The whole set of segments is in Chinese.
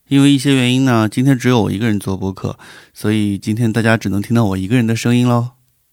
因为一些原因呢，今天只有我一个人做播客，所以今天大家只能听到我一个人的声音咯。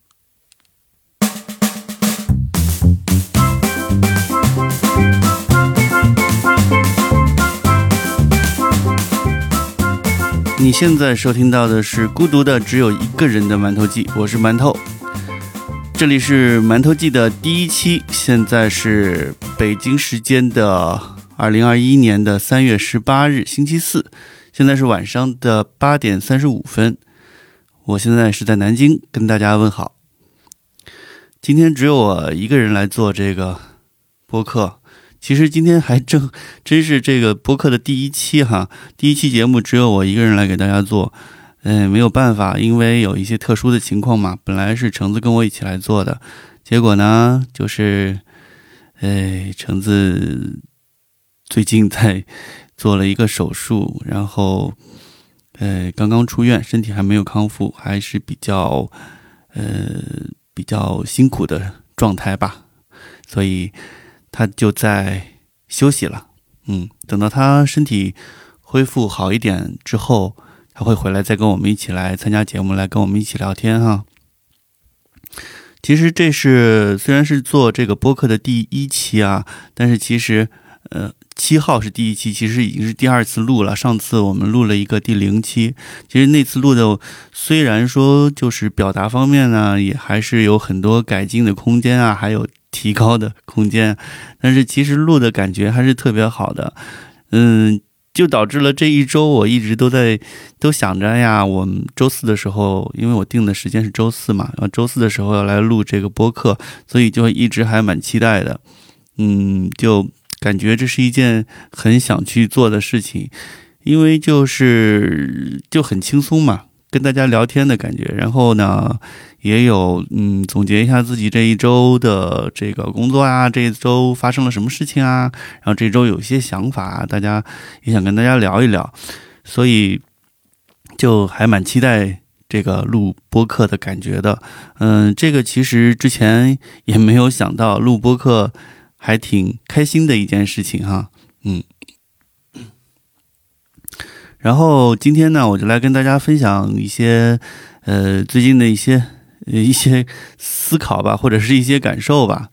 你现在收听到的是孤独的只有一个人的馒头记，我是馒头。这里是馒头记的第一期，现在是北京时间的2021年的3月18日星期四，现在是晚上的8点35分。我现在是在南京跟大家问好。今天只有我一个人来做这个播客，其实今天还真是这个播客的第一期哈，第一期节目只有我一个人来给大家做。没有办法，因为有一些特殊的情况嘛，本来是橙子跟我一起来做的，结果呢就是橙子最近在做了一个手术，然后刚刚出院，身体还没有康复，还是比较辛苦的状态吧，所以他就在休息了。等到他身体恢复好一点之后，他会回来再跟我们一起来参加节目，来跟我们一起聊天哈。其实这是虽然是做这个播客的第一期啊，但是其实7号是第一期，其实已经是第二次录了。上次我们录了一个第0期，其实那次录的虽然说就是表达方面呢，也还是有很多改进的空间啊，还有提高的空间，但是其实录的感觉还是特别好的。就导致了这一周我一直都想着呀，我们周四的时候，因为我定的时间是周四嘛，然后周四的时候要来录这个播客，所以就一直还蛮期待的。就感觉这是一件很想去做的事情，因为就很轻松嘛，跟大家聊天的感觉，然后呢也有总结一下自己这一周的这个工作啊，这一周发生了什么事情啊，然后这周有些想法，大家也想跟大家聊一聊，所以就还蛮期待这个录播客的感觉的。这个其实之前也没有想到，录播客还挺开心的一件事情哈。然后今天呢，我就来跟大家分享一些最近的一些思考吧，或者是一些感受吧。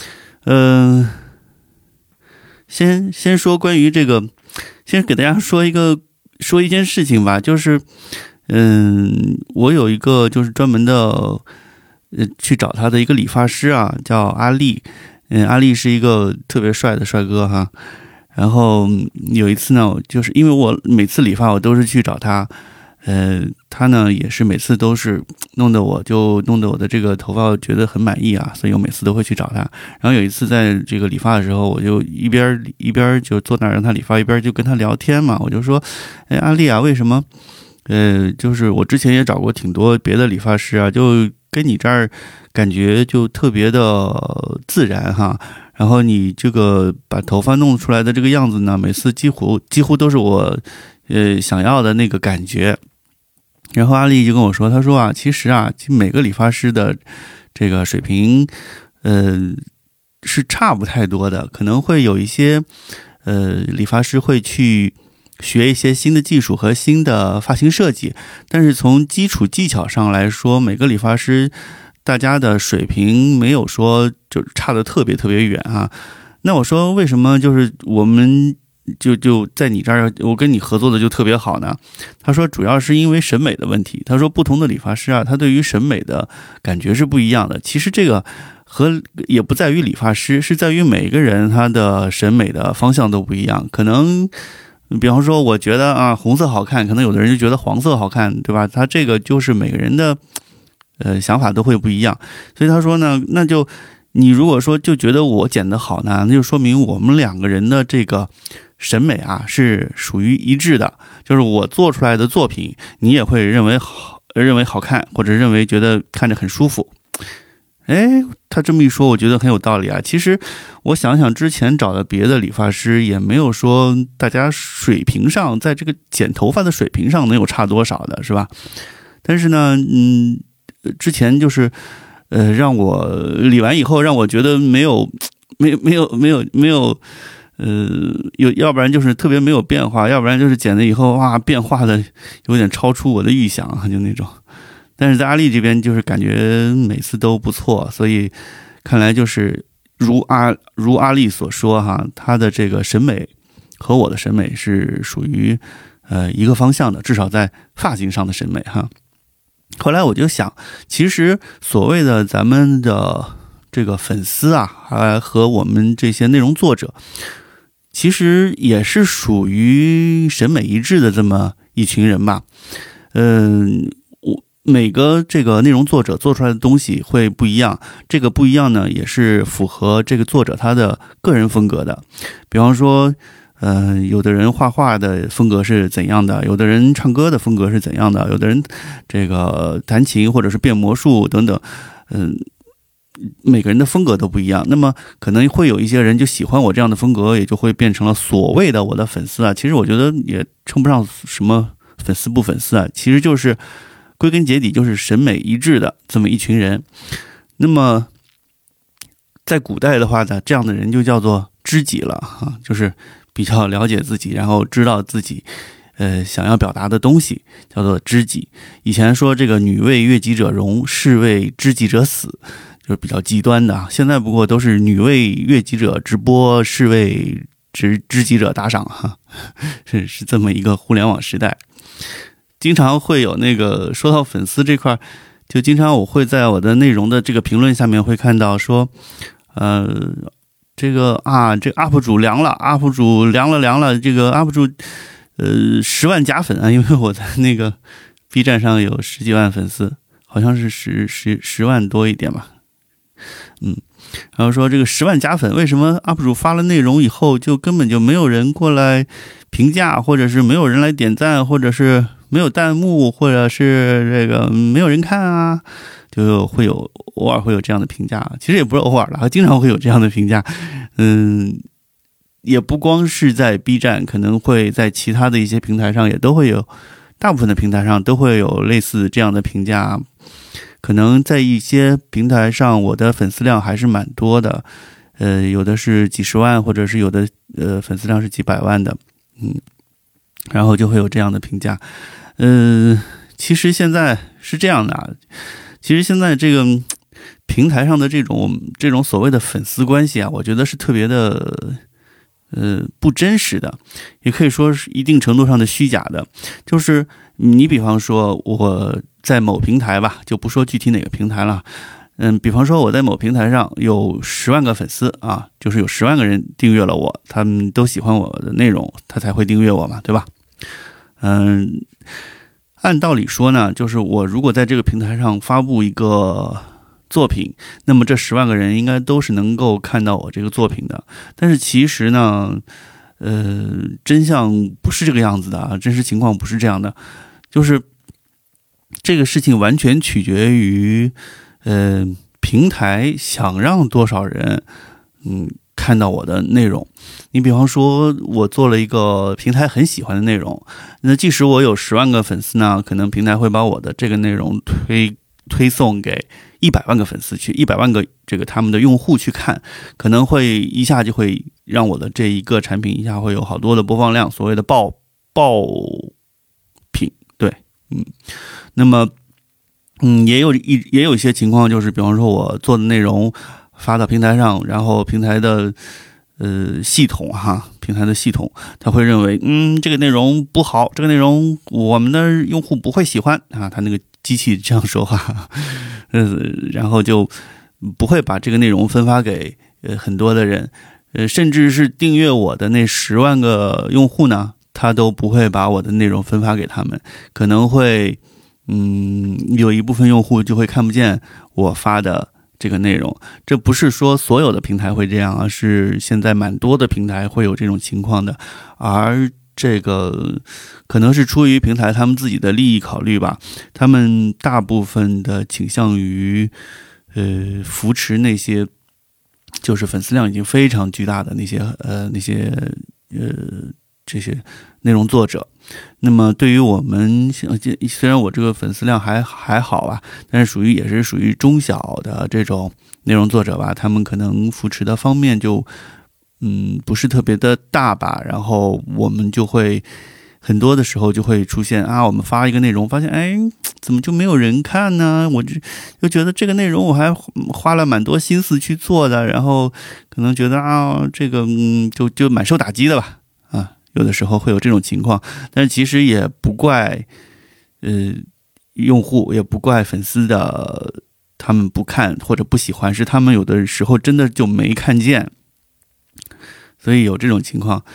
先说关于这个，先给大家说一件事情吧，就是我有一个就是专门的去找他的一个理发师啊，叫阿力。阿力是一个特别帅的帅哥哈。然后有一次呢，就是因为我每次理发我都是去找他，他呢也是每次都是弄得我的这个头发觉得很满意啊，所以我每次都会去找他。然后有一次在这个理发的时候，我就一边就坐那儿让他理发，一边就跟他聊天嘛。我就说，阿力啊，为什么就是我之前也找过挺多别的理发师啊，就跟你这儿感觉就特别的自然哈。然后你这个把头发弄出来的这个样子呢，每次几乎都是我想要的那个感觉。然后阿力就跟我说，他说啊，其实每个理发师的这个水平是差不太多的，可能会有一些理发师会去学一些新的技术和新的发型设计，但是从基础技巧上来说，每个理发师大家的水平没有说就差得特别特别远啊。那我说为什么就是我们就在你这儿，我跟你合作的就特别好呢？他说主要是因为审美的问题。他说不同的理发师啊，他对于审美的感觉是不一样的。其实这个也不在于理发师，是在于每个人他的审美的方向都不一样。可能比方说我觉得红色好看，可能有的人就觉得黄色好看，对吧？他这个就是每个人的想法都会不一样。所以他说呢，那就你如果说就觉得我剪得好呢，那就说明我们两个人的这个审美是属于一致的，就是我做出来的作品你也会认为好看，或者觉得看着很舒服。他这么一说我觉得很有道理啊。其实我想想之前找的别的理发师也没有说大家水平上在这个剪头发的水平上能有差多少的，是吧？但是呢之前就是让我理完以后让我觉得没有要不然就是特别没有变化，要不然就是剪了以后哇变化的有点超出我的预想，就那种。但是在阿丽这边就是感觉每次都不错，所以看来就是如阿丽所说哈，她的这个审美和我的审美是属于一个方向的，至少在发型上的审美哈。后来我就想，其实所谓的咱们的这个粉丝啊，和我们这些内容作者，其实也是属于审美一致的这么一群人吧。每个这个内容作者做出来的东西会不一样，这个不一样呢，也是符合这个作者他的个人风格的。比方说，有的人画画的风格是怎样的，有的人唱歌的风格是怎样的，有的人这个弹琴或者是变魔术等等，每个人的风格都不一样。那么可能会有一些人就喜欢我这样的风格，也就会变成了所谓的我的粉丝啊。其实我觉得也称不上什么粉丝不粉丝啊，其实就是归根结底就是审美一致的这么一群人。那么在古代的话呢，这样的人就叫做知己了哈，就是比较了解自己，然后知道自己想要表达的东西，叫做知己。以前说这个女为悦己者容，士为知己者死，就是比较极端的。现在不过都是女为悦己者直播，士为知己者打赏哈，是这么一个互联网时代。经常会有那个说到粉丝这块，就经常我会在我的内容的这个评论下面会看到说，这个UP 主凉了，这个 UP 主10万假粉啊，因为我在那个 B 站上有10几万粉丝，好像是10万多一点吧。然后说这个10万假粉，为什么 UP 主发了内容以后就根本就没有人过来评价，或者是没有人来点赞，或者是没有弹幕，或者是这个没有人看啊，就会有偶尔会有这样的评价。其实也不是偶尔了，经常会有这样的评价。也不光是在 B 站，可能会在其他的一些平台上也都会有，大部分的平台上都会有类似这样的评价。可能在一些平台上我的粉丝量还是蛮多的，有的是几十万，或者是有的粉丝量是几百万的，然后就会有这样的评价。其实现在是这样的啊，其实现在这个平台上的这种所谓的粉丝关系啊，我觉得是特别的不真实的，也可以说是一定程度上的虚假的。就是你比方说我在某平台吧，就不说具体哪个平台了，比方说我在某平台上有10万个粉丝啊，就是有10万个人订阅了我，他们都喜欢我的内容，他才会订阅我嘛，对吧？按道理说呢，就是我如果在这个平台上发布一个作品，那么这10万个人应该都是能够看到我这个作品的。但是其实呢，真相不是这个样子的啊，真实情况不是这样的，就是这个事情完全取决于平台想让多少人看到我的内容。你比方说我做了一个平台很喜欢的内容，那即使我有10万个粉丝呢，可能平台会把我的这个内容推送给100万个粉丝去，100万个这个他们的用户去看，可能会一下就会让我的这一个产品一下会有好多的播放量，所谓的爆品。对，那么也有一些情况，就是比方说我做的内容发到平台上，然后平台的系统他会认为这个内容不好，这个内容我们的用户不会喜欢啊，他那个机器这样说话，然后就不会把这个内容分发给很多的人，甚至是订阅我的那10万个用户呢，他都不会把我的内容分发给他们，可能会有一部分用户就会看不见我发的这个内容。这不是说所有的平台会这样，而是现在蛮多的平台会有这种情况的，而这个可能是出于平台他们自己的利益考虑吧，他们大部分的倾向于扶持那些就是粉丝量已经非常巨大的那些这些内容作者。那么对于我们，虽然我这个粉丝量还好吧，但是也是属于中小的这种内容作者吧，他们可能扶持的方面就不是特别的大吧，然后我们就会很多的时候就会出现我们发一个内容，发现怎么就没有人看呢？我就觉得这个内容我还花了蛮多心思去做的，然后可能觉得这个就蛮受打击的吧，有的时候会有这种情况，但是其实也不怪用户，也不怪粉丝的他们不看或者不喜欢，是他们有的时候真的就没看见，所以有这种情况。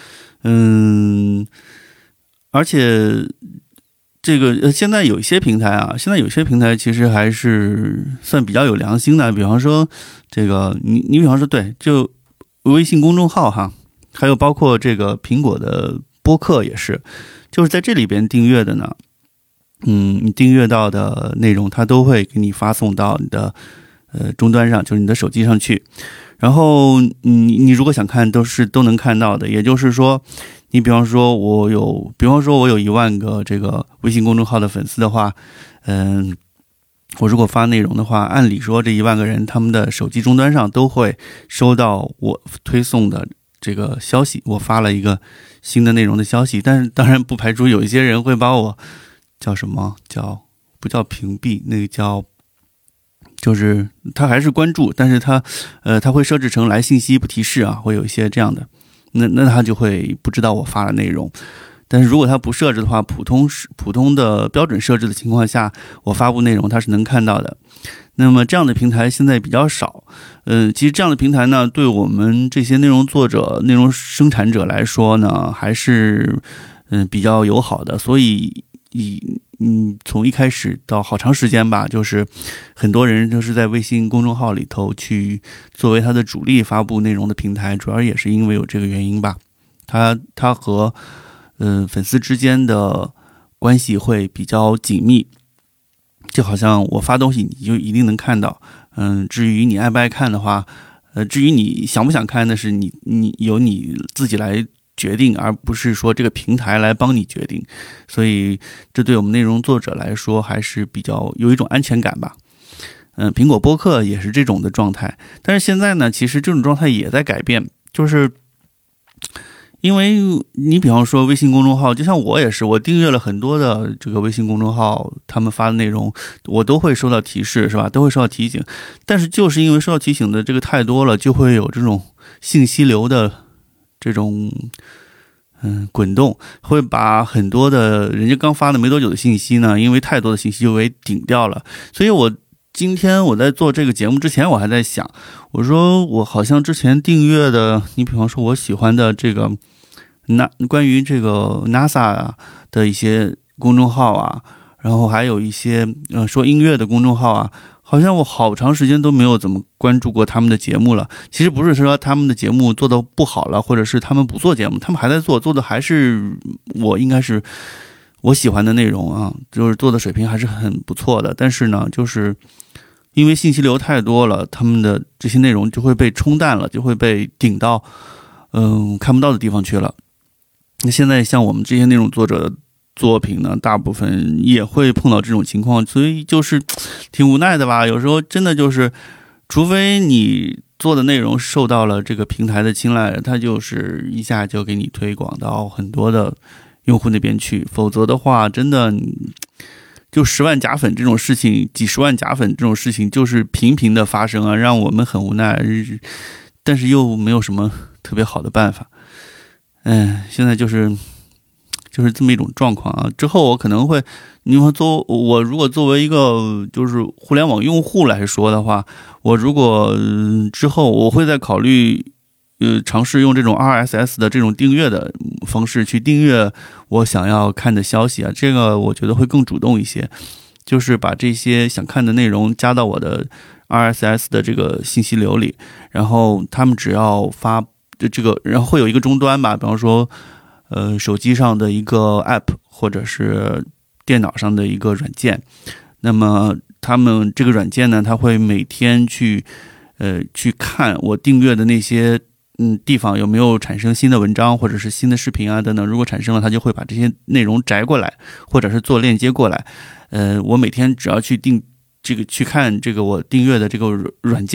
而且这个现在有一些平台其实还是算比较有良心的，比方说这个你比方说对，就微信公众号哈，还有包括这个苹果的播客也是，就是在这里边订阅的呢，你订阅到的内容它都会给你发送到你的终端上，就是你的手机上去，然后你如果想看都能看到的。也就是说你比方说我有1万个这个微信公众号的粉丝的话，我如果发内容的话，按理说这1万个人他们的手机终端上都会收到我推送的这个消息，我发了一个新的内容的消息。但是当然不排除有一些人会把我不叫屏蔽，那个就是他还是关注，但是他会设置成来信息不提示会有一些这样的，那他就会不知道我发了内容。但是如果他不设置的话，普通的标准设置的情况下，我发布内容他是能看到的。那么这样的平台现在比较少，其实这样的平台呢，对我们这些内容作者、内容生产者来说呢，还是比较友好的。所以从一开始到好长时间吧，就是很多人就是在微信公众号里头去作为他的主力发布内容的平台，主要也是因为有这个原因吧。他和粉丝之间的关系会比较紧密，就好像我发东西你就一定能看到，至于你爱不爱看的话，至于你想不想看，那是你由你自己来决定，而不是说这个平台来帮你决定。所以这对我们内容作者来说还是比较有一种安全感吧。苹果播客也是这种的状态，但是现在呢，其实这种状态也在改变，就是因为你比方说微信公众号，就像我也是，我订阅了很多的这个微信公众号，他们发的内容我都会收到提示，是吧？都会收到提醒。但是就是因为收到提醒的这个太多了，就会有这种信息流的这种滚动，会把很多的人家刚发的没多久的信息呢，因为太多的信息就给顶掉了。所以今天我在做这个节目之前，我还在想，我说我好像之前订阅的，你比方说我喜欢的这个关于这个 NASA 的一些公众号然后还有一些说音乐的公众号好像我好长时间都没有怎么关注过他们的节目了。其实不是说他们的节目做得不好了，或者是他们不做节目，他们还在做的还是应该是我喜欢的内容就是做的水平还是很不错的。但是呢，就是因为信息流太多了，他们的这些内容就会被冲淡了，就会被顶到看不到的地方去了。那现在像我们这些内容作者的作品呢，大部分也会碰到这种情况，所以就是挺无奈的吧。有时候真的就是，除非你做的内容受到了这个平台的青睐，它就是一下就给你推广到很多的用户那边去，否则的话真的就10万假粉这种事情，几十万假粉这种事情就是频频的发生让我们很无奈，但是又没有什么特别好的办法。现在就是这么一种状况之后我可能会，我如果作为一个就是互联网用户来说的话，我如果之后我会再考虑尝试用这种 RSS 的这种订阅的方式去订阅我想要看的消息这个我觉得会更主动一些，就是把这些想看的内容加到我的 RSS 的这个信息流里，然后他们只要发这个，然后会有一个终端吧，比方说手机上的一个 app 或者是电脑上的一个软件，那么他们这个软件呢，它会每天去看我订阅的那些地方有没有产生新的文章或者是新的视频等等，如果产生了，它就会把这些内容摘过来，或者是做链接过来。我每天只要去看这个我订阅的这个软件，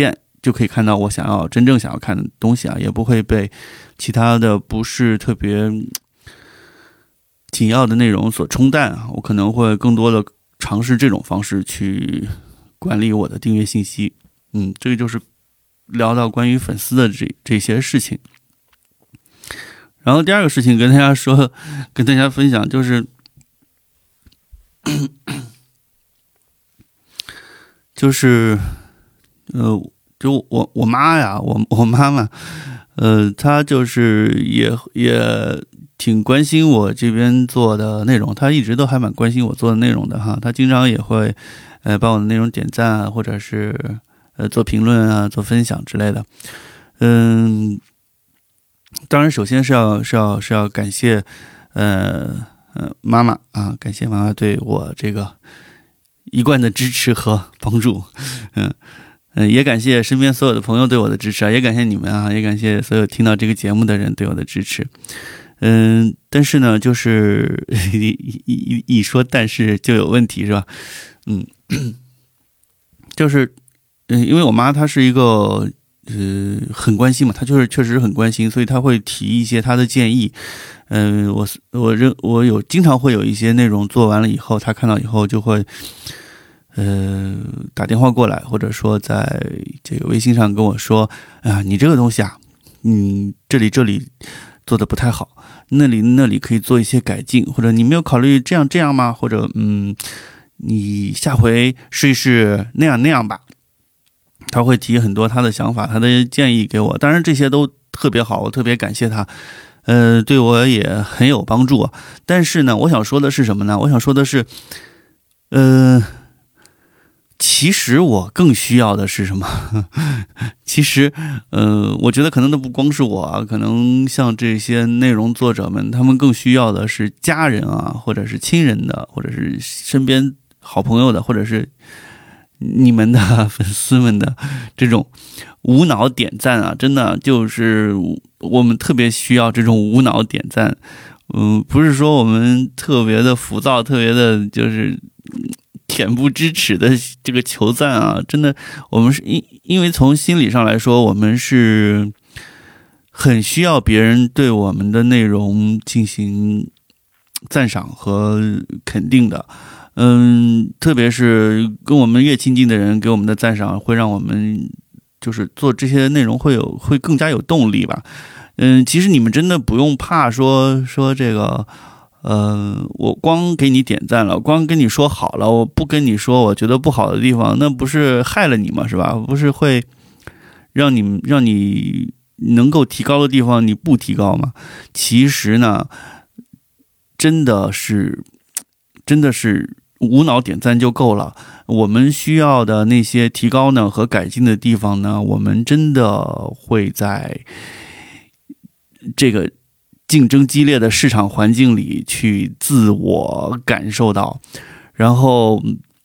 就可以看到我真正想要看的东西啊，也不会被其他的不是特别紧要的内容所冲淡啊。我可能会更多的尝试这种方式去管理我的订阅信息。这个就是聊到关于粉丝的这些事情。然后第二个事情跟大家分享就是就我妈呀，我妈妈，她就是也挺关心我这边做的内容，她一直都还蛮关心我做的内容的哈，她经常也会帮我的内容点赞啊，或者是做评论啊，做分享之类的。当然首先是要感谢妈妈啊，感谢妈妈对我这个一贯的支持和帮助。也感谢身边所有的朋友对我的支持啊，也感谢你们啊，也感谢所有听到这个节目的人对我的支持。但是呢，就是一说但是就有问题是吧？就是因为我妈她是一个很关心嘛，她就是确实很关心，所以她会提一些她的建议。我经常会有一些内容做完了以后，她看到以后就会打电话过来，或者说在这个微信上跟我说你这个东西啊，这里做的不太好，那里可以做一些改进，或者你没有考虑这样吗？或者你下回试一试那样吧。他会提很多他的想法，他的建议给我，当然这些都特别好，我特别感谢他，对我也很有帮助。但是呢，我想说的是什么呢？我想说的是，其实我更需要的是什么？其实，我觉得可能都不光是我啊，可能像这些内容作者们，他们更需要的是家人啊，或者是亲人的，或者是身边好朋友的，或者是你们的粉丝们的这种无脑点赞啊，真的就是我们特别需要这种无脑点赞。不是说我们特别的浮躁，特别的就是恬不知耻的这个求赞啊，真的，我们是因为从心理上来说，我们是很需要别人对我们的内容进行赞赏和肯定的。特别是跟我们越亲近的人给我们的赞赏，会让我们就是做这些内容会更加有动力吧。其实你们真的不用怕说这个，我光给你点赞了，光跟你说好了，我不跟你说我觉得不好的地方，那不是害了你吗？是吧？不是会让你能够提高的地方你不提高吗？其实呢，真的是无脑点赞就够了。我们需要的那些提高呢和改进的地方呢，我们真的会在这个竞争激烈的市场环境里去自我感受到。然后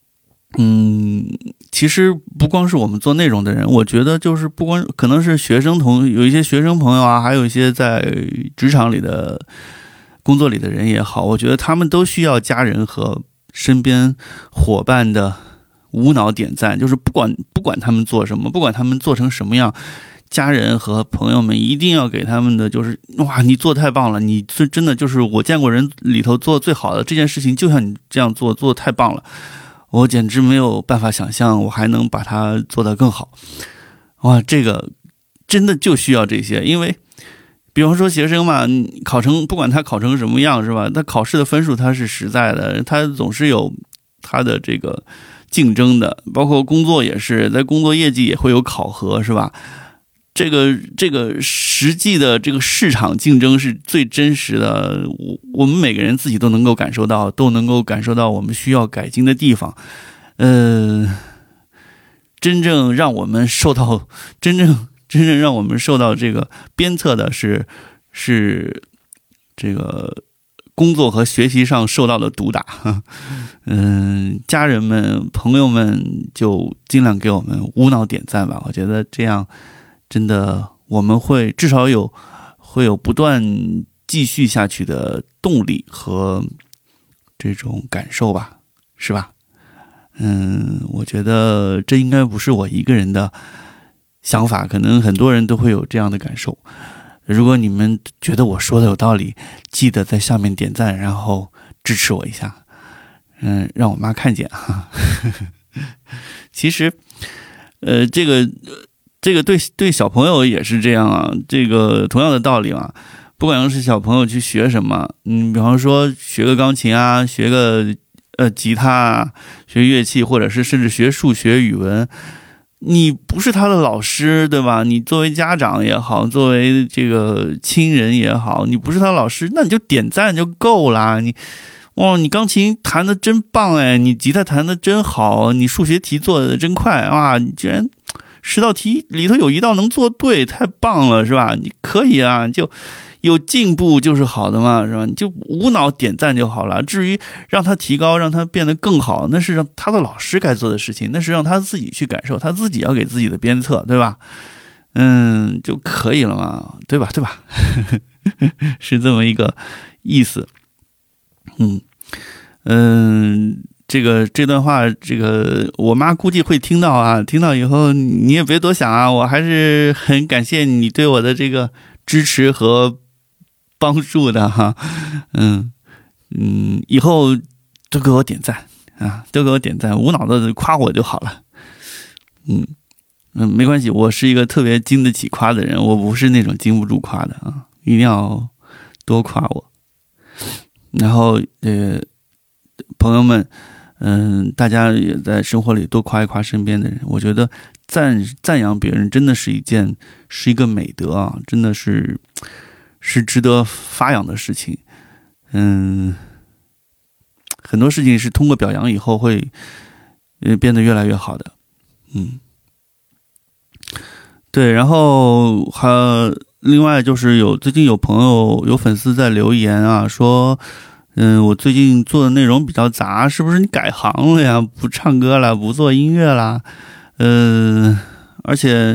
其实不光是我们做内容的人，我觉得就是不光可能是有一些学生朋友啊，还有一些在职场里的工作里的人也好，我觉得他们都需要家人和身边伙伴的无脑点赞，就是不管他们做什么，不管他们做成什么样，家人和朋友们一定要给他们的就是哇，你做太棒了，你是真的就是我见过人里头做最好的，这件事情就像你这样做得太棒了，我简直没有办法想象我还能把它做得更好。哇，这个真的就需要这些。因为比方说学生嘛，不管他考成什么样是吧，他考试的分数他是实在的，他总是有他的这个竞争的，包括工作也是，在工作业绩也会有考核是吧。这个实际的这个市场竞争是最真实的，我们每个人自己都能够感受到我们需要改进的地方。真正让我们受到这个鞭策的是这个工作和学习上受到的毒打。家人们朋友们就尽量给我们无脑点赞吧，我觉得这样真的我们至少会有不断继续下去的动力和这种感受吧，是吧？我觉得这应该不是我一个人的想法，可能很多人都会有这样的感受。如果你们觉得我说的有道理，记得在下面点赞，然后支持我一下，让我妈看见哈。其实，这个对小朋友也是这样啊，这个同样的道理嘛。不管是小朋友去学什么，比方说学个钢琴啊，学个吉他啊，学乐器，或者是甚至学数学、语文。你不是他的老师，对吧？你作为家长也好，作为这个亲人也好，你不是他的老师，那你就点赞就够啦。你钢琴弹得真棒哎，你吉他弹得真好，你数学题做得真快哇！你居然10道题里头有1道能做对，太棒了，是吧？你可以啊，就有进步就是好的嘛，是吧？你就无脑点赞就好了。至于让他提高，让他变得更好，那是让他的老师该做的事情，那是让他自己去感受，他自己要给自己的鞭策，对吧？就可以了嘛，对吧？是这么一个意思。这段话，我妈估计会听到啊，听到以后你也别多想啊，我还是很感谢你对我的这个支持和帮助的哈。以后都给我点赞啊，都给我点赞，无脑的夸我就好了。没关系，我是一个特别经得起夸的人，我不是那种经不住夸的啊，一定要多夸我。然后朋友们，大家也在生活里多夸一夸身边的人。我觉得赞扬别人真的是一个美德啊，真的是值得发扬的事情。很多事情是通过表扬以后会变得越来越好的。对，然后另外就是最近有朋友有粉丝在留言啊，说我最近做的内容比较杂，是不是你改行了呀？不唱歌了，不做音乐啦？而且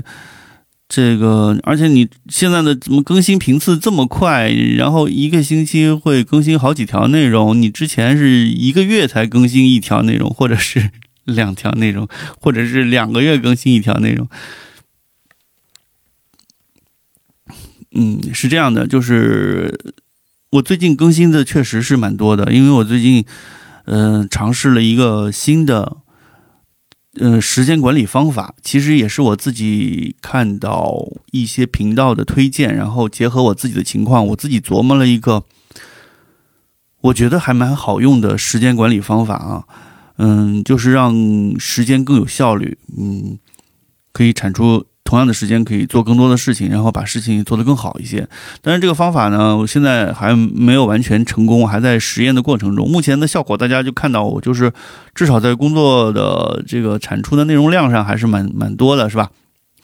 你现在的怎么更新频次这么快？然后1个星期会更新好几条内容，你之前是1个月才更新1条内容，或者是2条内容，或者是2个月更新1条内容。是这样的，就是我最近更新的确实是蛮多的，因为我最近尝试了一个新的时间管理方法，其实也是我自己看到一些频道的推荐，然后结合我自己的情况，我自己琢磨了一个我觉得还蛮好用的时间管理方法啊。就是让时间更有效率，可以产出同样的时间可以做更多的事情，然后把事情做得更好一些。但是这个方法呢，我现在还没有完全成功，还在实验的过程中。目前的效果大家就看到我就是至少在工作的这个产出的内容量上还是蛮多的，是吧？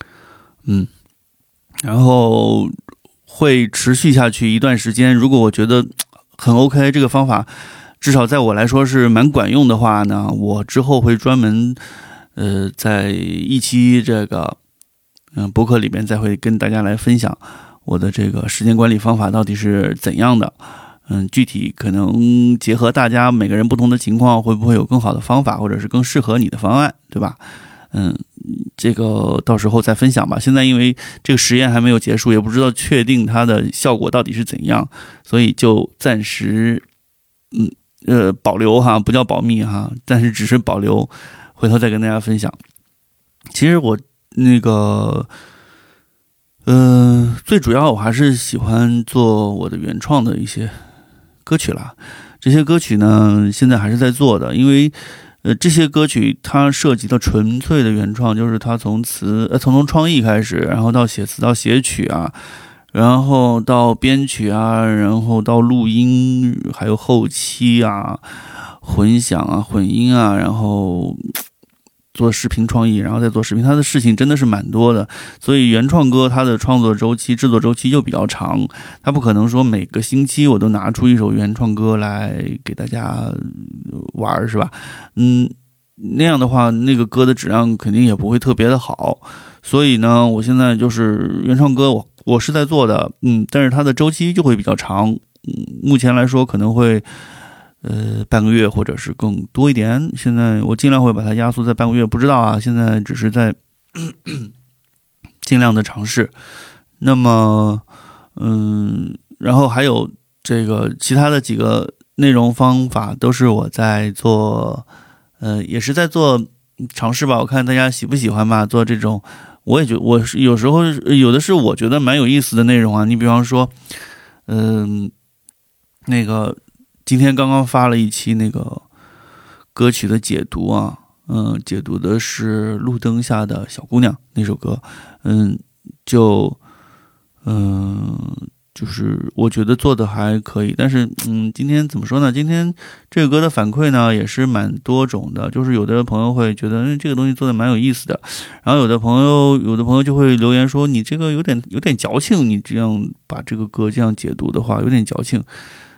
然后会持续下去一段时间。如果我觉得很 OK， 这个方法至少在我来说是蛮管用的话呢，我之后会专门在一期这个博客里面再会跟大家来分享我的这个时间管理方法到底是怎样的。具体可能结合大家每个人不同的情况，会不会有更好的方法，或者是更适合你的方案，对吧？这个到时候再分享吧。现在因为这个实验还没有结束，也不知道确定它的效果到底是怎样，所以就暂时保留哈，不叫保密哈，但是只是保留，回头再跟大家分享。其实我最主要我还是喜欢做我的原创的一些歌曲啦。这些歌曲呢，现在还是在做的，因为这些歌曲它涉及到纯粹的原创，就是它从创意开始，然后到写词到写曲啊，然后到编曲啊，然后到录音，还有后期啊、混响啊、混音啊，然后做视频创意，然后再做视频，它的事情真的是蛮多的。所以原创歌它的创作周期、制作周期就比较长，它不可能说每个星期我都拿出一首原创歌来给大家玩，是吧？那样的话，那个歌的质量肯定也不会特别的好。所以呢，我现在就是原创歌我是在做的，但是它的周期就会比较长。目前来说可能会半个月或者是更多一点，现在我尽量会把它压缩在半个月，不知道啊，现在只是在尽量的尝试。那么然后还有这个其他的几个内容方法都是我在做，也是在做尝试吧，我看大家喜不喜欢吧，做这种我也觉得我是有时候有的是我觉得蛮有意思的内容啊。你比方说那个今天刚刚发了一期那个歌曲的解读啊，解读的是路灯下的小姑娘那首歌，就是我觉得做的还可以，但是今天怎么说呢？今天这个歌的反馈呢也是蛮多种的，就是有的朋友会觉得这个东西做的蛮有意思的，然后有的朋友就会留言说你这个有点矫情，你这样把这个歌这样解读的话有点矫情。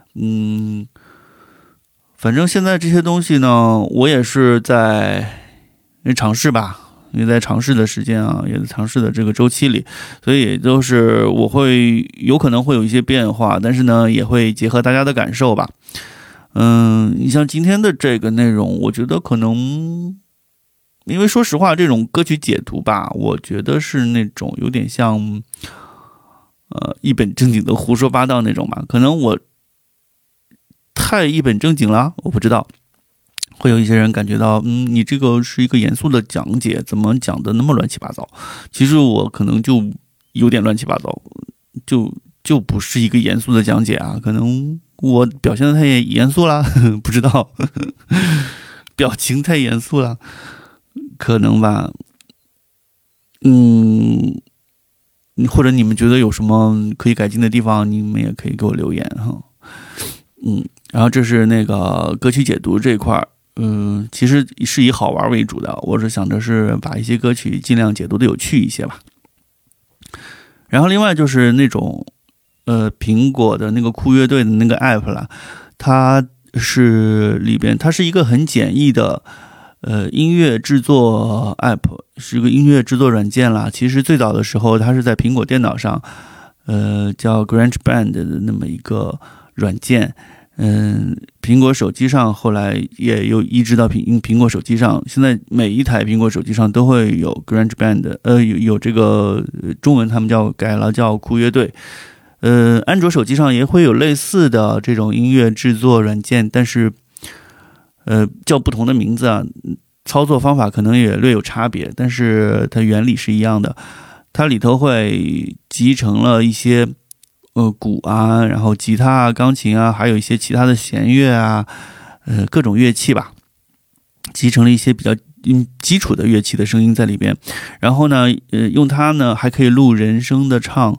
反正现在这些东西呢，我也是在尝试吧。也在尝试的时间啊，也在尝试的这个周期里，所以也就是我会有可能会有一些变化，但是呢，也会结合大家的感受吧。你像今天的这个内容，我觉得可能，因为说实话，这种歌曲解读吧，我觉得是那种有点像，一本正经的胡说八道那种吧。可能我太一本正经了，我不知道。会有一些人感觉到，你这个是一个严肃的讲解，怎么讲的那么乱七八糟？其实我可能就有点乱七八糟，就不是一个严肃的讲解啊。可能我表现的太严肃了，不知道，表情太严肃了，可能吧。或者你们觉得有什么可以改进的地方，你们也可以给我留言哈。然后这是那个歌曲解读这一块。其实是以好玩为主的，我是想着是把一些歌曲尽量解读的有趣一些吧。然后另外就是那种苹果的那个酷乐队的那个 app 啦，它是一个很简易的音乐制作 app， 是一个音乐制作软件啦。其实最早的时候它是在苹果电脑上叫 GarageBand 的那么一个软件。苹果手机上后来也有移植到苹果手机上，现在每一台苹果手机上都会有 GarageBand， 有这个中文他们改了叫酷乐队。安卓手机上也会有类似的这种音乐制作软件，但是叫不同的名字啊，操作方法可能也略有差别，但是它原理是一样的。它里头会集成了一些鼓啊，然后吉他啊、钢琴啊，还有一些其他的弦乐啊，各种乐器吧，集成了一些比较基础的乐器的声音在里边。然后呢，用它呢还可以录人声的唱，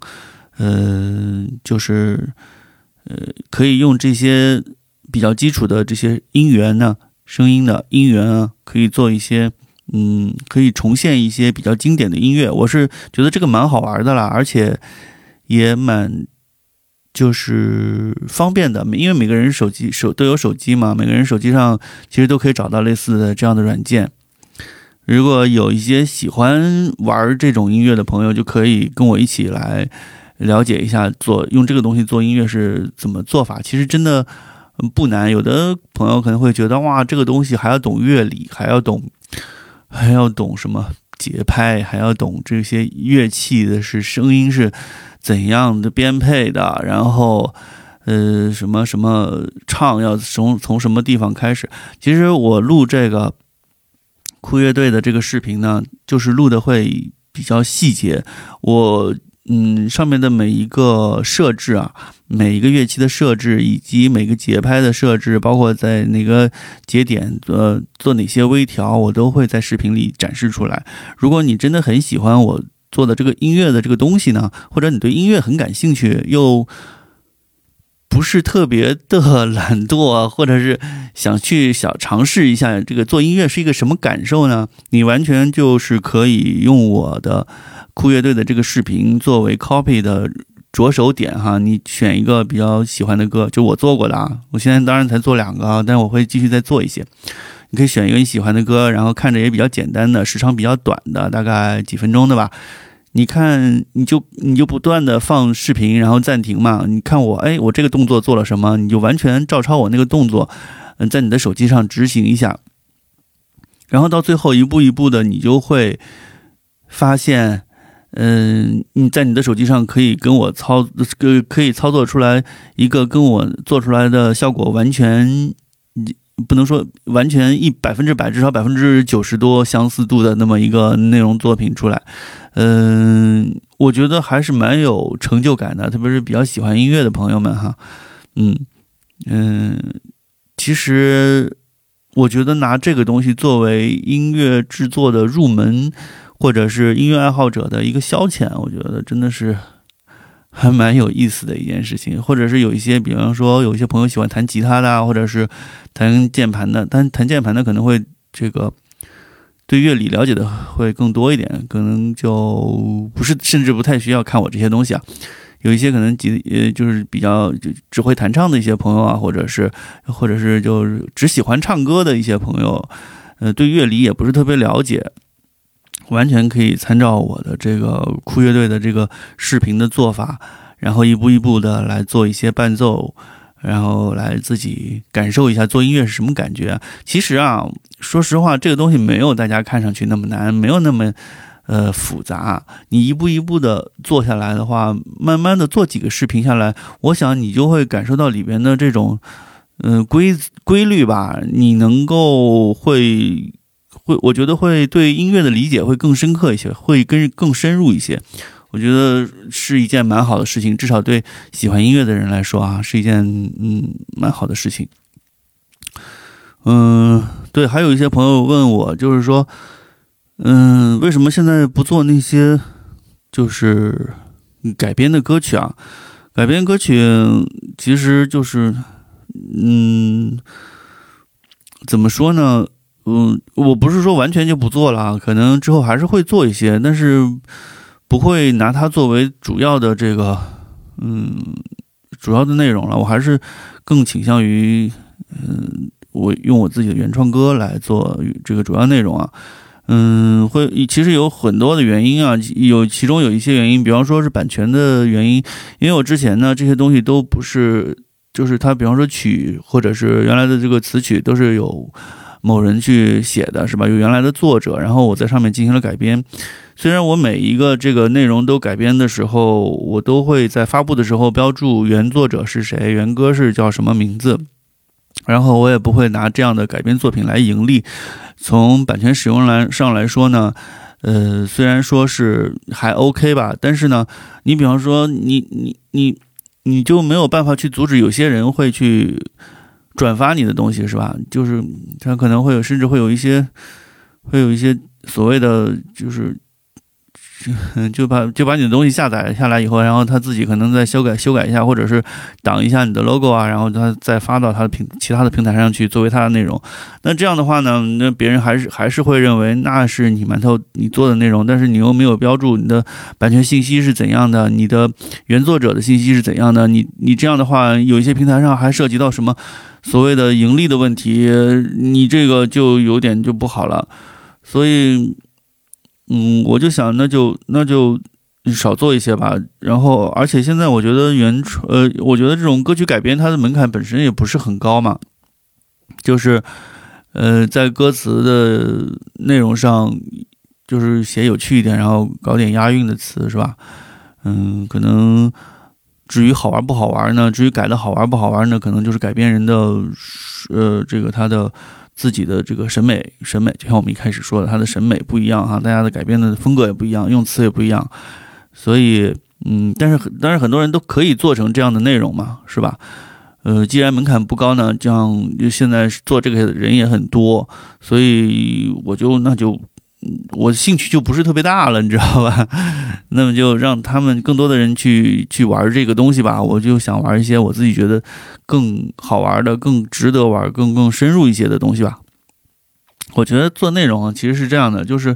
就是可以用这些比较基础的这些音源呢，声音的音源啊，可以做一些可以重现一些比较经典的音乐。我是觉得这个蛮好玩的啦，而且也蛮就是方便的，因为每个人都有手机嘛，每个人手机上其实都可以找到类似的这样的软件。如果有一些喜欢玩这种音乐的朋友，就可以跟我一起来了解一下用这个东西做音乐是怎么做法。其实真的不难，有的朋友可能会觉得哇，这个东西还要懂乐理，还要懂什么节拍，还要懂这些乐器的声音是怎样的编配的，然后什么唱要从什么地方开始。其实我录这个酷乐队的这个视频呢，就是录的会比较细节。我上面的每一个设置啊，每一个乐器的设置，以及每个节拍的设置，包括在哪个节点做哪些微调，我都会在视频里展示出来。如果你真的很喜欢我做的这个音乐的这个东西呢，或者你对音乐很感兴趣，又不是特别的懒惰啊，或者是想尝试一下这个做音乐是一个什么感受呢？你完全就是可以用我的酷乐队的这个视频作为 copy 的着手点哈，你选一个比较喜欢的歌，就我做过的啊，我现在当然才做2个啊，但我会继续再做一些。你可以选一个你喜欢的歌，然后看着也比较简单的，时长比较短的，大概几分钟的吧。你看，你就不断的放视频，然后暂停嘛。你看我这个动作做了什么，你就完全照抄我那个动作，在你的手机上执行一下，然后到最后一步一步的，你就会发现， 你在你的手机上可以可以操作出来一个跟我做出来的效果完全不能说完全100%，至少90%多相似度的那么一个内容作品出来。我觉得还是蛮有成就感的，特别是比较喜欢音乐的朋友们哈。其实我觉得拿这个东西作为音乐制作的入门，或者是音乐爱好者的一个消遣，我觉得真的是还蛮有意思的一件事情。或者是有一些，比方说有一些朋友喜欢弹吉他的，或者是弹键盘的，但弹键盘的可能会这个对乐理了解的会更多一点，可能就不是，甚至不太需要看我这些东西啊。有一些可能就是比较只会弹唱的一些朋友啊，或者是就是只喜欢唱歌的一些朋友，对乐理也不是特别了解，完全可以参照我的这个酷乐队的这个视频的做法，然后一步一步的来做一些伴奏，然后来自己感受一下做音乐是什么感觉。其实啊，说实话，这个东西没有大家看上去那么难，没有那么复杂。你一步一步的做下来的话，慢慢的做几个视频下来，我想你就会感受到里边的这种规律吧。你能够我觉得会对音乐的理解会更深刻一些，会更深入一些。我觉得是一件蛮好的事情，至少对喜欢音乐的人来说啊，是一件蛮好的事情。对，还有一些朋友问我，就是说为什么现在不做那些就是改编的歌曲啊？改编歌曲其实就是怎么说呢？我不是说完全就不做了，可能之后还是会做一些，但是不会拿它作为主要的这个主要的内容了。我还是更倾向于我用我自己的原创歌来做这个主要内容啊。其实有很多的原因啊，其中有一些原因，比方说是版权的原因，因为我之前呢这些东西都不是，就是它比方说曲或者是原来的这个词曲都是有某人去写的，是吧？有原来的作者，然后我在上面进行了改编。虽然我每一个这个内容都改编的时候，我都会在发布的时候标注原作者是谁，原歌是叫什么名字，然后我也不会拿这样的改编作品来盈利。从版权使用上来说呢，虽然说是还 OK 吧，但是呢，你比方说你就没有办法去阻止有些人会去转发你的东西，是吧？就是他可能甚至会有一些所谓的就是就把你的东西下载下来以后，然后他自己可能再修改一下，或者是挡一下你的 logo 啊，然后他再发到他的其他的平台上去作为他的内容。那这样的话呢，那别人还是会认为那是你做的内容，但是你又没有标注你的版权信息是怎样的，你的原作者的信息是怎样的。你这样的话，有一些平台上还涉及到什么所谓的盈利的问题，你这个就有点就不好了。所以我就想那就少做一些吧。然后而且现在我觉得我觉得这种歌曲改编它的门槛本身也不是很高嘛，就是在歌词的内容上就是写有趣一点，然后搞点押韵的词，是吧？可能至于好玩不好玩呢，至于改的好玩不好玩呢，可能就是改编人的这个他的自己的这个审美，就像我们一开始说的，他的审美不一样哈，大家的改编的风格也不一样，用词也不一样，所以但是很多人都可以做成这样的内容嘛，是吧？既然门槛不高呢，这样就现在做这个人也很多，所以我兴趣就不是特别大了，你知道吧？那么就让他们更多的人去玩这个东西吧。我就想玩一些我自己觉得更好玩的、更值得玩、更深入一些的东西吧。我觉得做内容其实是这样的，就是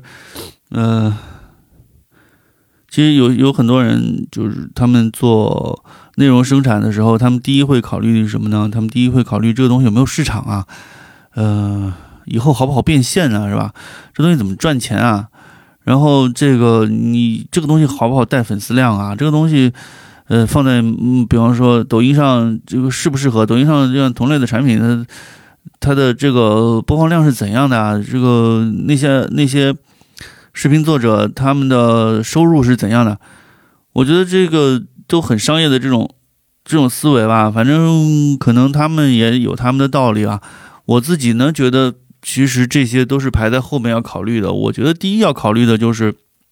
其实有很多人就是他们做内容生产的时候，他们第一会考虑什么呢？他们第一会考虑这个东西有没有市场啊，以后好不好变现啊，是吧？这东西怎么赚钱啊？然后你这个东西好不好带粉丝量啊？这个东西放在比方说抖音上，这个适不适合？抖音上这样同类的产品，它的这个播放量是怎样的啊？这个那些视频作者他们的收入是怎样的？我觉得这个都很商业的这种思维吧，反正可能他们也有他们的道理啊。我自己呢觉得，其实这些都是排在后面要考虑的。我觉得第一要考虑的就是，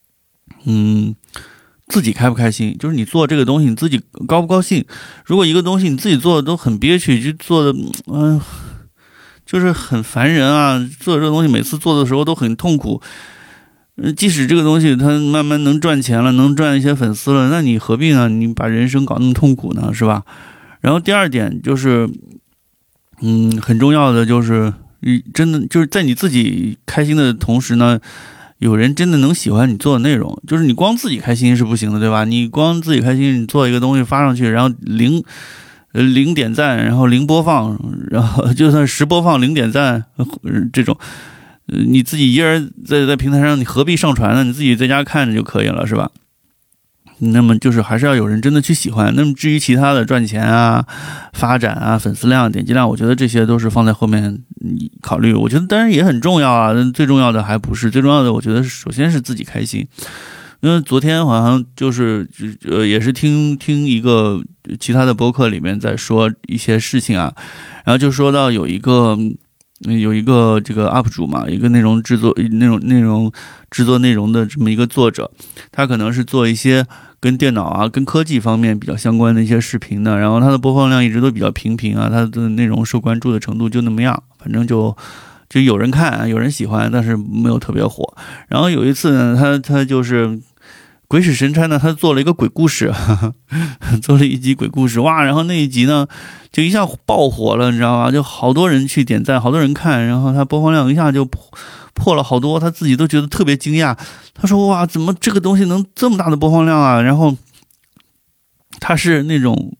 自己开不开心，就是你做这个东西你自己高不高兴。如果一个东西你自己做的都很憋屈，就做的就是很烦人啊，做这个东西每次做的时候都很痛苦。即使这个东西它慢慢能赚钱了，能赚一些粉丝了，那你何必呢？你把人生搞那么痛苦呢，是吧？然后第二点就是，很重要的就是，真的就是在你自己开心的同时呢，有人真的能喜欢你做的内容。就是你光自己开心是不行的，对吧？你光自己开心，你做一个东西发上去，然后零点赞，然后零播放，然后就算10播放0点赞，这种。你自己一人在平台上，你何必上传呢？你自己在家看着就可以了，是吧？那么就是还是要有人真的去喜欢。那么至于其他的赚钱啊、发展啊、粉丝量、点击量，我觉得这些都是放在后面考虑。我觉得当然也很重要啊，但最重要的还不是最重要的。我觉得首先是自己开心。因为昨天好像就是也是听一个其他的播客里面在说一些事情啊，然后就说到有一个这个 UP 主嘛，一个内容制作内容的这么一个作者，他可能是做一些跟电脑啊、跟科技方面比较相关的一些视频的，然后他的播放量一直都比较平啊，他的内容受关注的程度就那么样，反正就有人看，有人喜欢，但是没有特别火。然后有一次呢，他就是鬼使神差呢，他做了一个鬼故事，做了一集鬼故事，哇！然后那一集呢，就一下爆火了，你知道吗？就好多人去点赞，好多人看，然后他播放量一下就破了好多，他自己都觉得特别惊讶。他说：“哇，怎么这个东西能这么大的播放量啊？”然后他是那种，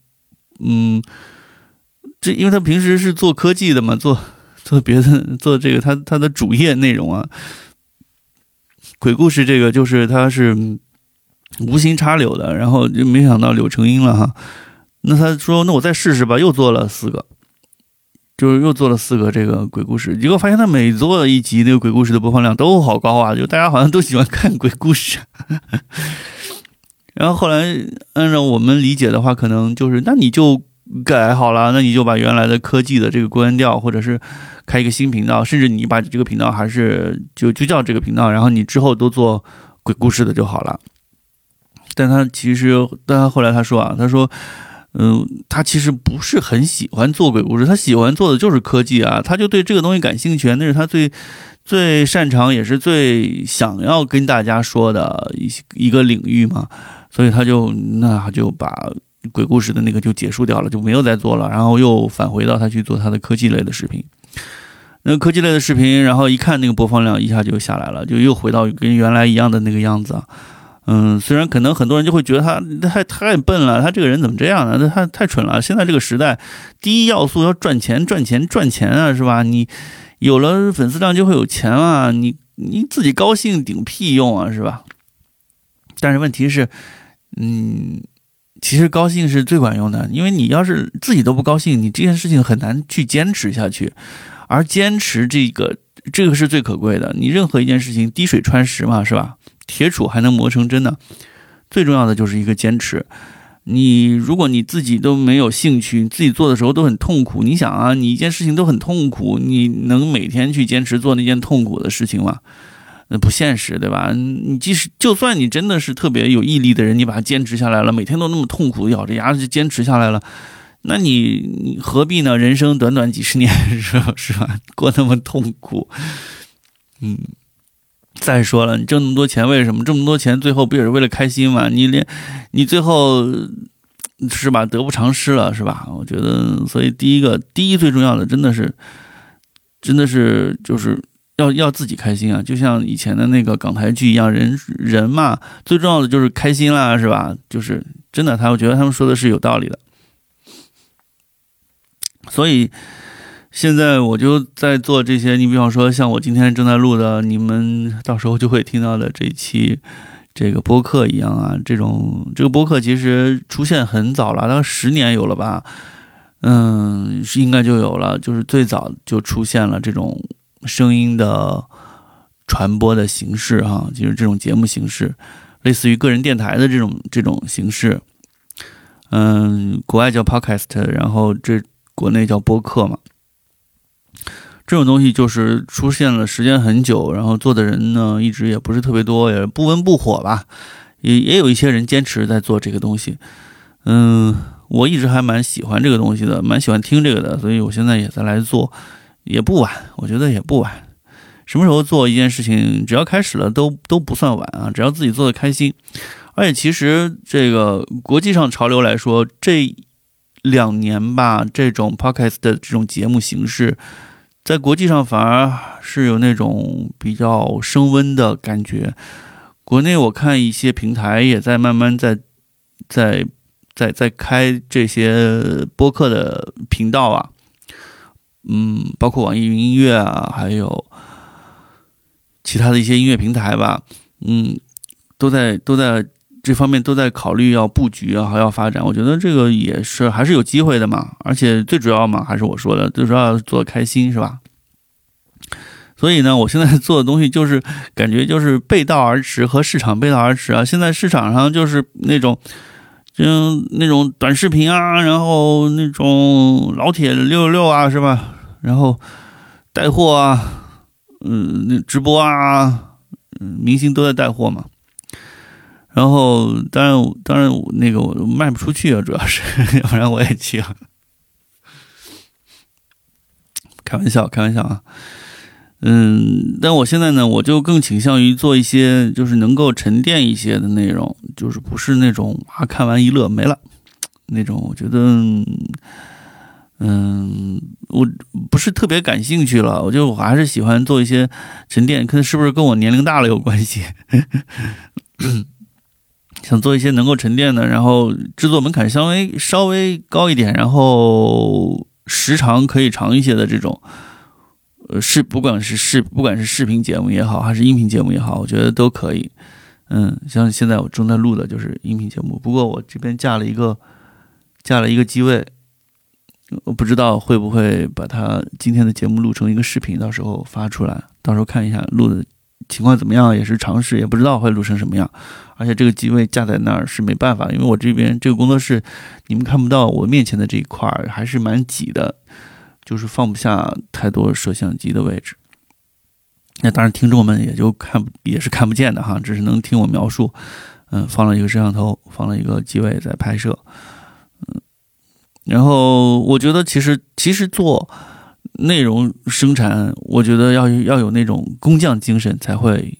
因为他平时是做科技的嘛，做别的，做这个他的主业内容啊，鬼故事这个就是他是无心插柳的，然后就没想到柳成荫了哈。那他说，那我再试试吧，又做了4个，就是又做了4个这个鬼故事，结果发现他每做一集那个鬼故事的播放量都好高啊，就大家好像都喜欢看鬼故事。然后后来按照我们理解的话，可能就是那你就改好了，那你就把原来的科技的这个关掉，或者是开一个新频道，甚至你把这个频道还是就叫这个频道，然后你之后都做鬼故事的就好了。但他后来他说啊，他说，他其实不是很喜欢做鬼故事，他喜欢做的就是科技啊，他就对这个东西感兴趣，那是他最擅长也是最想要跟大家说的一个领域嘛，所以他就把鬼故事的那个就结束掉了，就没有再做了，然后又返回到他去做他的科技类的视频。那科技类的视频，然后一看那个播放量一下就下来了，就又回到跟原来一样的那个样子啊。虽然可能很多人就会觉得他太笨了，他这个人怎么这样呢？他太蠢了。现在这个时代，第一要素要赚钱啊，是吧？你有了粉丝量就会有钱啊，你自己高兴顶屁用啊，是吧？但是问题是，其实高兴是最管用的，因为你要是自己都不高兴，你这件事情很难去坚持下去。而坚持这个是最可贵的，你任何一件事情滴水穿石嘛，是吧？铁杵还能磨成针呢，最重要的就是一个坚持。如果你自己都没有兴趣，你自己做的时候都很痛苦，你想啊，你一件事情都很痛苦，你能每天去坚持做那件痛苦的事情吗？那不现实，对吧？你就算你真的是特别有毅力的人，你把它坚持下来了，每天都那么痛苦，咬着牙就坚持下来了，那你何必呢？人生短短几十年，是吧？过那么痛苦，再说了，你挣那么多钱，为什么这么多钱？最后不也是为了开心吗？你最后是吧，得不偿失了，是吧？我觉得，所以第一最重要的，真的是就是要自己开心啊！就像以前的那个港台剧一样，人嘛，最重要的就是开心啦，是吧？就是真的，我觉得他们说的是有道理的。所以现在我就在做这些，你比方说像我今天正在录的，你们到时候就会听到的这一期这个播客一样啊，这个播客其实出现很早了，大概10年有了吧，应该就有了，就是最早就出现了这种声音的传播的形式哈，就是这种节目形式，类似于个人电台的这种形式。国外叫 podcast， 然后国内叫播客嘛。这种东西就是出现了时间很久，然后做的人呢一直也不是特别多，也不温不火吧，也有一些人坚持在做这个东西。我一直还蛮喜欢这个东西的，蛮喜欢听这个的，所以我现在也在来做，也不晚，我觉得也不晚。什么时候做一件事情，只要开始了都不算晚啊，只要自己做的开心。而且其实这个国际上潮流来说，这2年吧，这种 podcast 的这种节目形式，在国际上反而是有那种比较升温的感觉。国内我看一些平台也在慢慢在开这些播客的频道啊，包括网易云音乐啊，还有其他的一些音乐平台吧，都在这方面都在考虑要布局啊，还要发展。我觉得这个也是还是有机会的嘛，而且最主要嘛，还是我说的，最主要做得开心是吧？所以呢，我现在做的东西就是感觉就是背道而驰，和市场背道而驰啊。现在市场上就是那种短视频啊，然后那种老铁666啊，是吧？然后带货啊，那直播啊，明星都在带货嘛。然后当然那个我卖不出去啊，主要是要不然我也去了。开玩笑啊。但我现在呢，我就更倾向于做一些就是能够沉淀一些的内容，就是不是那种看完一乐没了那种。我觉得我不是特别感兴趣了，我还是喜欢做一些沉淀，看是不是跟我年龄大了有关系。想做一些能够沉淀的，然后制作门槛稍微高一点，然后时长可以长一些的这种不管是视频节目也好，还是音频节目也好，我觉得都可以。像现在我正在录的就是音频节目，不过我这边架了一个机位，我不知道会不会把它今天的节目录成一个视频，到时候发出来，到时候看一下录的情况怎么样，也是尝试，也不知道会录成什么样。而且这个机位架在那儿是没办法，因为我这边这个工作室你们看不到我面前的这一块还是蛮挤的，就是放不下太多摄像机的位置。那当然听众们也是看不见的哈，只是能听我描述。放了一个摄像头，放了一个机位在拍摄。然后我觉得其实做内容生产，我觉得要有那种工匠精神，才会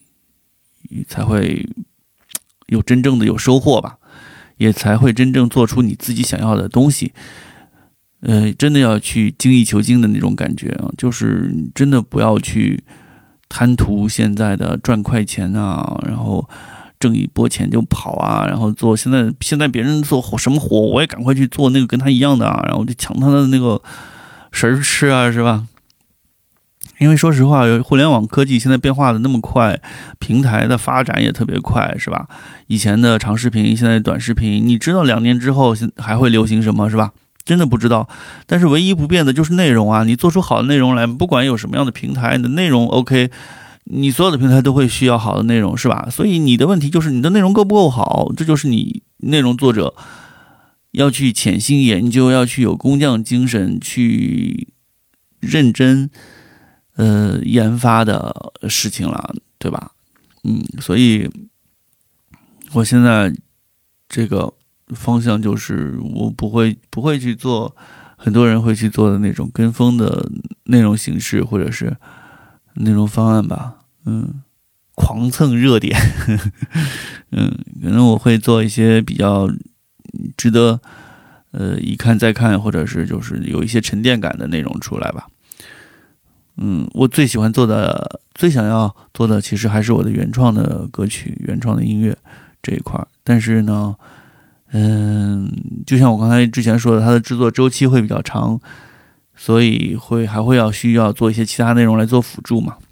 有真正的有收获吧，也才会真正做出你自己想要的东西。真的要去精益求精的那种感觉啊，就是真的不要去贪图现在的赚快钱啊，然后挣一波钱就跑啊，然后做现在别人做什么火，我也赶快去做那个跟他一样的啊，然后就抢他的那个食吃啊，是吧？因为说实话，互联网科技现在变化的那么快，平台的发展也特别快，是吧？以前的长视频，现在短视频，你知道2年之后还会流行什么，是吧？真的不知道。但是唯一不变的就是内容啊，你做出好的内容来，不管有什么样的平台，你的内容 OK， 你所有的平台都会需要好的内容，是吧？所以你的问题就是你的内容够不够好，这就是你内容作者要去潜心研究，要去有工匠精神，去认真研发的事情了，对吧？所以我现在这个方向就是我不会去做很多人会去做的那种跟风的内容形式或者是内容方案吧。狂蹭热点。可能我会做一些比较值得一看再看，或者是就是有一些沉淀感的内容出来吧。我最喜欢做的，最想要做的，其实还是我的原创的歌曲、原创的音乐这一块。但是呢，就像我刚才之前说的，它的制作周期会比较长，所以还会需要做一些其他内容来做辅助嘛。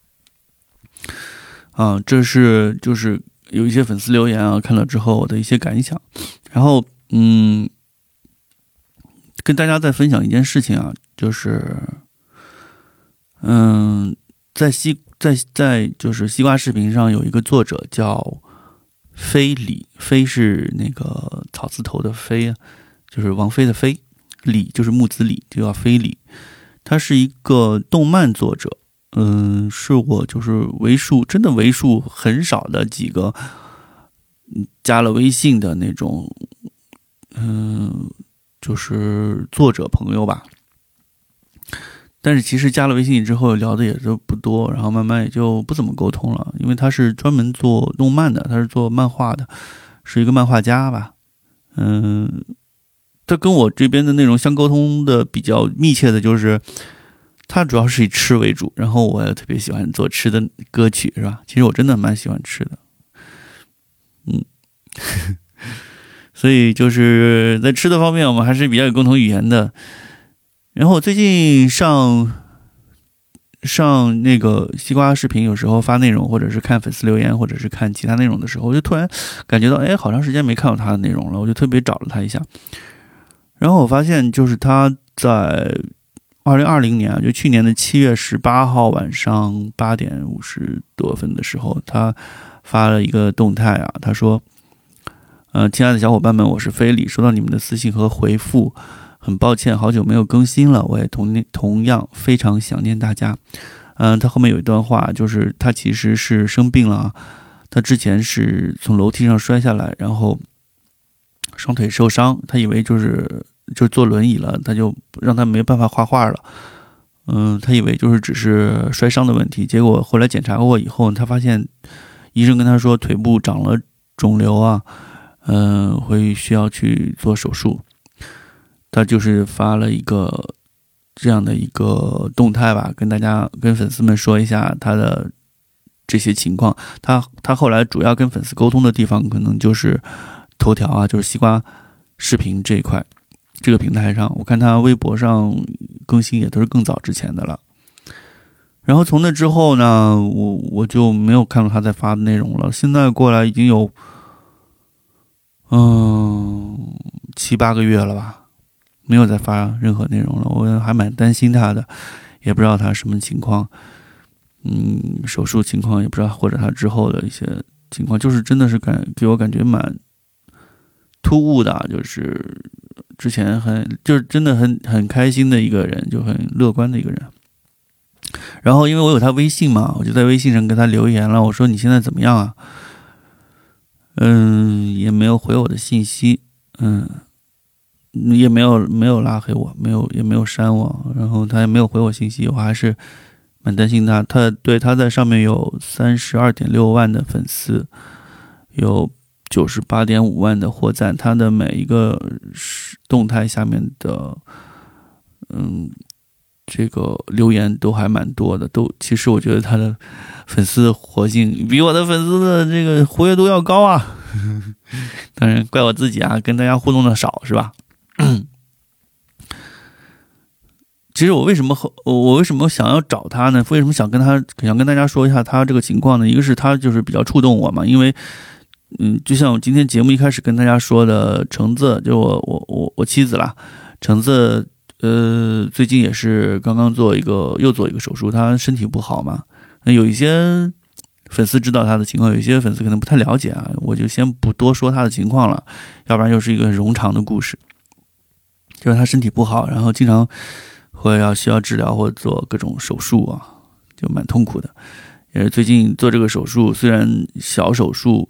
这是就是有一些粉丝留言啊，看了之后我的一些感想。然后跟大家再分享一件事情啊，就是在就是西瓜视频上有一个作者叫飞李，飞是那个草字头的飞啊，就是王菲的飞，李就是木子李，就叫飞李。他是一个动漫作者，是我就是真的为数很少的几个加了微信的那种，就是作者朋友吧。但是其实加了微信之后聊的也都不多，然后慢慢也就不怎么沟通了，因为他是专门做动漫的，他是做漫画的，是一个漫画家吧。他跟我这边的内容相沟通的比较密切的就是他主要是以吃为主，然后我也特别喜欢做吃的歌曲，是吧？其实我真的蛮喜欢吃的，所以就是在吃的方面我们还是比较有共同语言的。然后最近上那个西瓜视频，有时候发内容，或者是看粉丝留言，或者是看其他内容的时候，我就突然感觉到，好长时间没看到他的内容了，我就特别找了他一下。然后我发现，就是他在2020年啊，就去年的7月18号晚上8点50多分的时候，他发了一个动态啊，他说：“亲爱的小伙伴们，我是菲利，收到你们的私信和回复。很抱歉，好久没有更新了，我也同样非常想念大家。他后面有一段话，就是他其实是生病了啊，他之前是从楼梯上摔下来，然后双腿受伤，他以为就是坐轮椅了，他就让他没办法画画了。他以为就是只是摔伤的问题，结果后来检查过以后，他发现医生跟他说腿部长了肿瘤啊，会需要去做手术。他就是发了一个这样的一个动态吧，跟粉丝们说一下他的这些情况。他后来主要跟粉丝沟通的地方，可能就是头条啊，就是西瓜视频这一块，这个平台上，我看他微博上更新也都是更早之前的了。然后从那之后呢，我就没有看到他在发的内容了。现在过来已经有7、8个月了吧。没有再发任何内容了，我还蛮担心他的，也不知道他什么情况，手术情况也不知道，或者他之后的一些情况，就是真的是给我感觉蛮突兀的，就是之前就是真的很开心的一个人，就很乐观的一个人。然后因为我有他微信嘛，我就在微信上跟他留言了，我说你现在怎么样啊？也没有回我的信息，也没有拉黑我，也没有删我，然后他也没有回我信息，我还是蛮担心他。他在上面有32.6万的粉丝，有98.5万的获赞，他的每一个动态下面的这个留言都还蛮多的，其实我觉得他的粉丝活性比我的粉丝的这个活跃度要高啊。当然怪我自己啊，跟大家互动的少，是吧？其实我为什么想要找他呢？为什么想跟大家说一下他这个情况呢？一个是他就是比较触动我嘛，因为就像我今天节目一开始跟大家说的，橙子就我妻子啦，橙子最近也是刚刚又做一个手术，他身体不好嘛。那有一些粉丝知道他的情况，有一些粉丝可能不太了解啊，我就先不多说他的情况了，要不然又是一个很冗长的故事。就是他身体不好，然后经常需要治疗或者做各种手术啊，就蛮痛苦的。也是最近做这个手术，虽然小手术，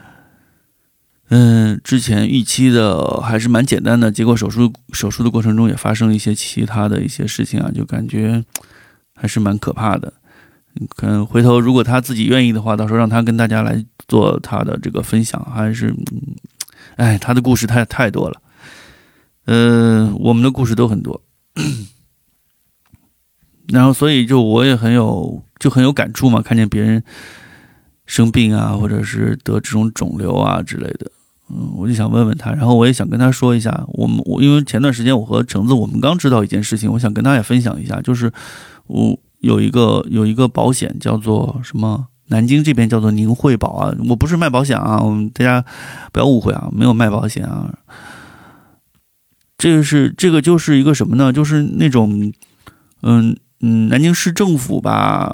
之前预期的还是蛮简单的，结果手术的过程中也发生了一些其他的一些事情啊，就感觉还是蛮可怕的。可能回头如果他自己愿意的话，到时候让他跟大家来做他的这个分享，还是他的故事太多了。我们的故事都很多，然后所以我也很有感触嘛，看见别人生病啊，或者是得这种肿瘤啊之类的，我就想问问他，然后我也想跟他说一下，我因为前段时间我和橙子我们刚知道一件事情，我想跟他也分享一下，就是我有一个保险叫做什么，南京这边叫做宁惠保啊，我不是卖保险啊，大家不要误会啊，没有卖保险啊。这个就是一个什么呢？就是那种，南京市政府吧，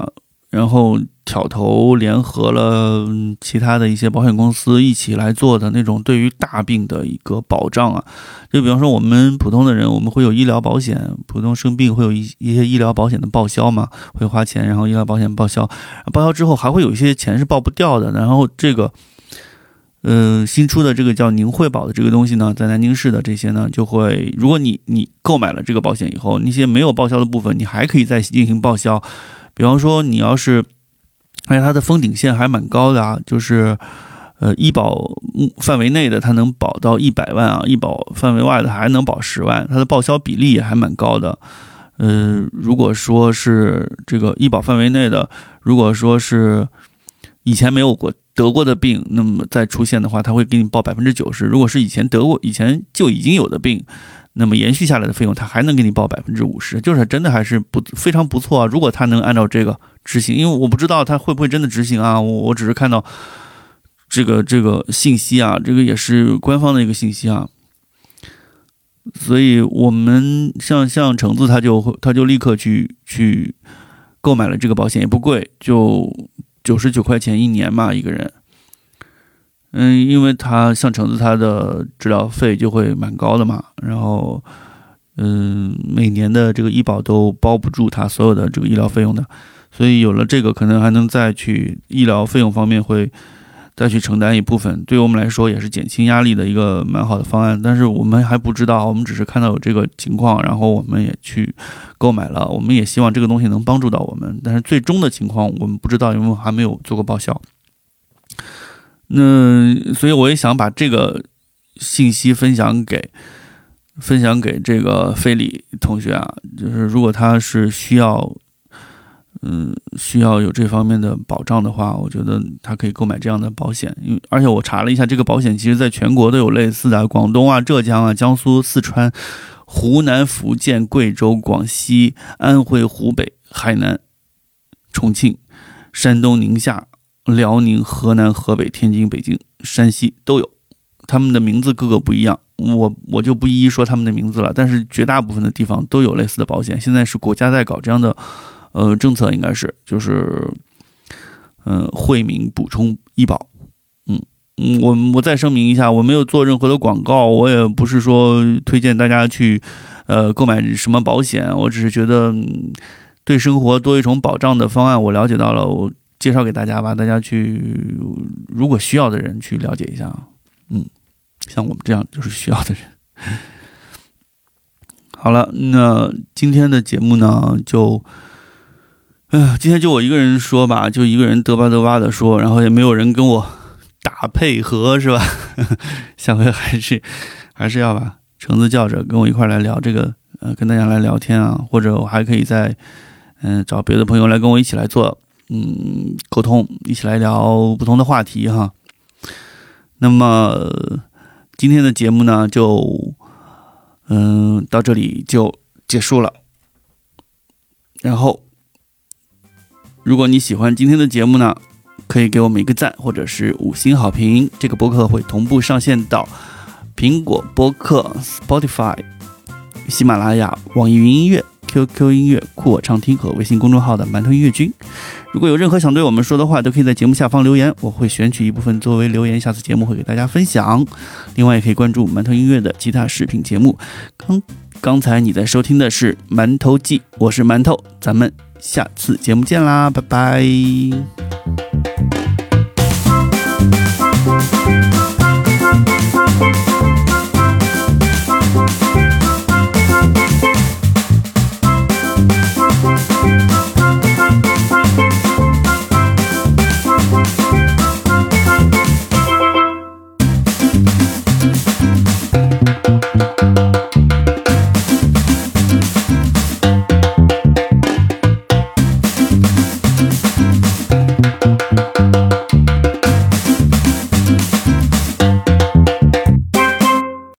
然后挑头联合了其他的一些保险公司一起来做的那种对于大病的一个保障啊。就比方说我们普通的人，我们会有医疗保险，普通生病会有一些医疗保险的报销嘛，会花钱，然后医疗保险报销之后还会有一些钱是报不掉的。然后这个新出的这个叫宁惠保的这个东西呢，在南京市的这些呢，就会如果你购买了这个保险以后，那些没有报销的部分你还可以再进行报销。比方说你要是而且它的封顶线还蛮高的啊，就是医保范围内的它能保到100万啊，医保范围外的还能保10万，它的报销比例也还蛮高的。如果说是这个医保范围内的，如果说是以前没有得过的病，那么再出现的话，它会给你报90%。如果是以前就已经有的病，那么延续下来的费用，它还能给你报50%，就是真的还是非常不错啊。如果它能按照这个执行，因为我不知道它会不会真的执行啊，我只是看到这个信息啊，这个也是官方的一个信息啊。所以我们像橙子他就立刻去购买了这个保险，也不贵，就99块钱1年嘛，一个人。因为他像橙子他的治疗费就会蛮高的嘛，然后每年的这个医保都包不住他所有的这个医疗费用的，所以有了这个可能还能再去医疗费用方面会再去承担一部分，对我们来说也是减轻压力的一个蛮好的方案。但是我们还不知道，我们只是看到有这个情况，然后我们也去购买了，我们也希望这个东西能帮助到我们，但是最终的情况我们不知道，因为还没有做过报销。所以我也想把这个信息分享给这个非礼同学啊，就是如果他是需要有这方面的保障的话，我觉得他可以购买这样的保险。而且我查了一下，这个保险其实在全国都有类似的，广东啊、浙江啊、江苏、四川、湖南、福建、贵州、广西、安徽、湖北、海南、重庆、山东、宁夏、辽宁、河南、河北、天津、北京、山西都有，他们的名字各个不一样，我就不一一说他们的名字了，但是绝大部分的地方都有类似的保险。现在是国家在搞这样的政策，应该是就是惠民补充医保。我再声明一下，我没有做任何的广告，我也不是说推荐大家去购买什么保险，我只是觉得对生活多一重保障的方案我了解到了，我介绍给大家吧，大家去如果需要的人去了解一下。像我们这样就是需要的人。好了，那今天的节目呢今天就我一个人说吧，就一个人嘚吧的说，然后也没有人跟我打配合，是吧？下回还是要把橙子叫着跟我一块来聊这个，跟大家来聊天啊，或者我还可以再找别的朋友来跟我一起来做沟通，一起来聊不同的话题哈。那么今天的节目呢就到这里就结束了。然后如果你喜欢今天的节目呢，可以给我们一个赞或者是5星好评。这个播客会同步上线到苹果播客、Spotify、喜马拉雅、网易云音乐、QQ 音乐、酷我畅听和微信公众号的馒头音乐君。如果有任何想对我们说的话，都可以在节目下方留言，我会选取一部分作为留言，下次节目会给大家分享。另外也可以关注馒头音乐的其他视频节目。刚才你在收听的是馒头记，我是馒头，咱们下次节目见啦，拜拜。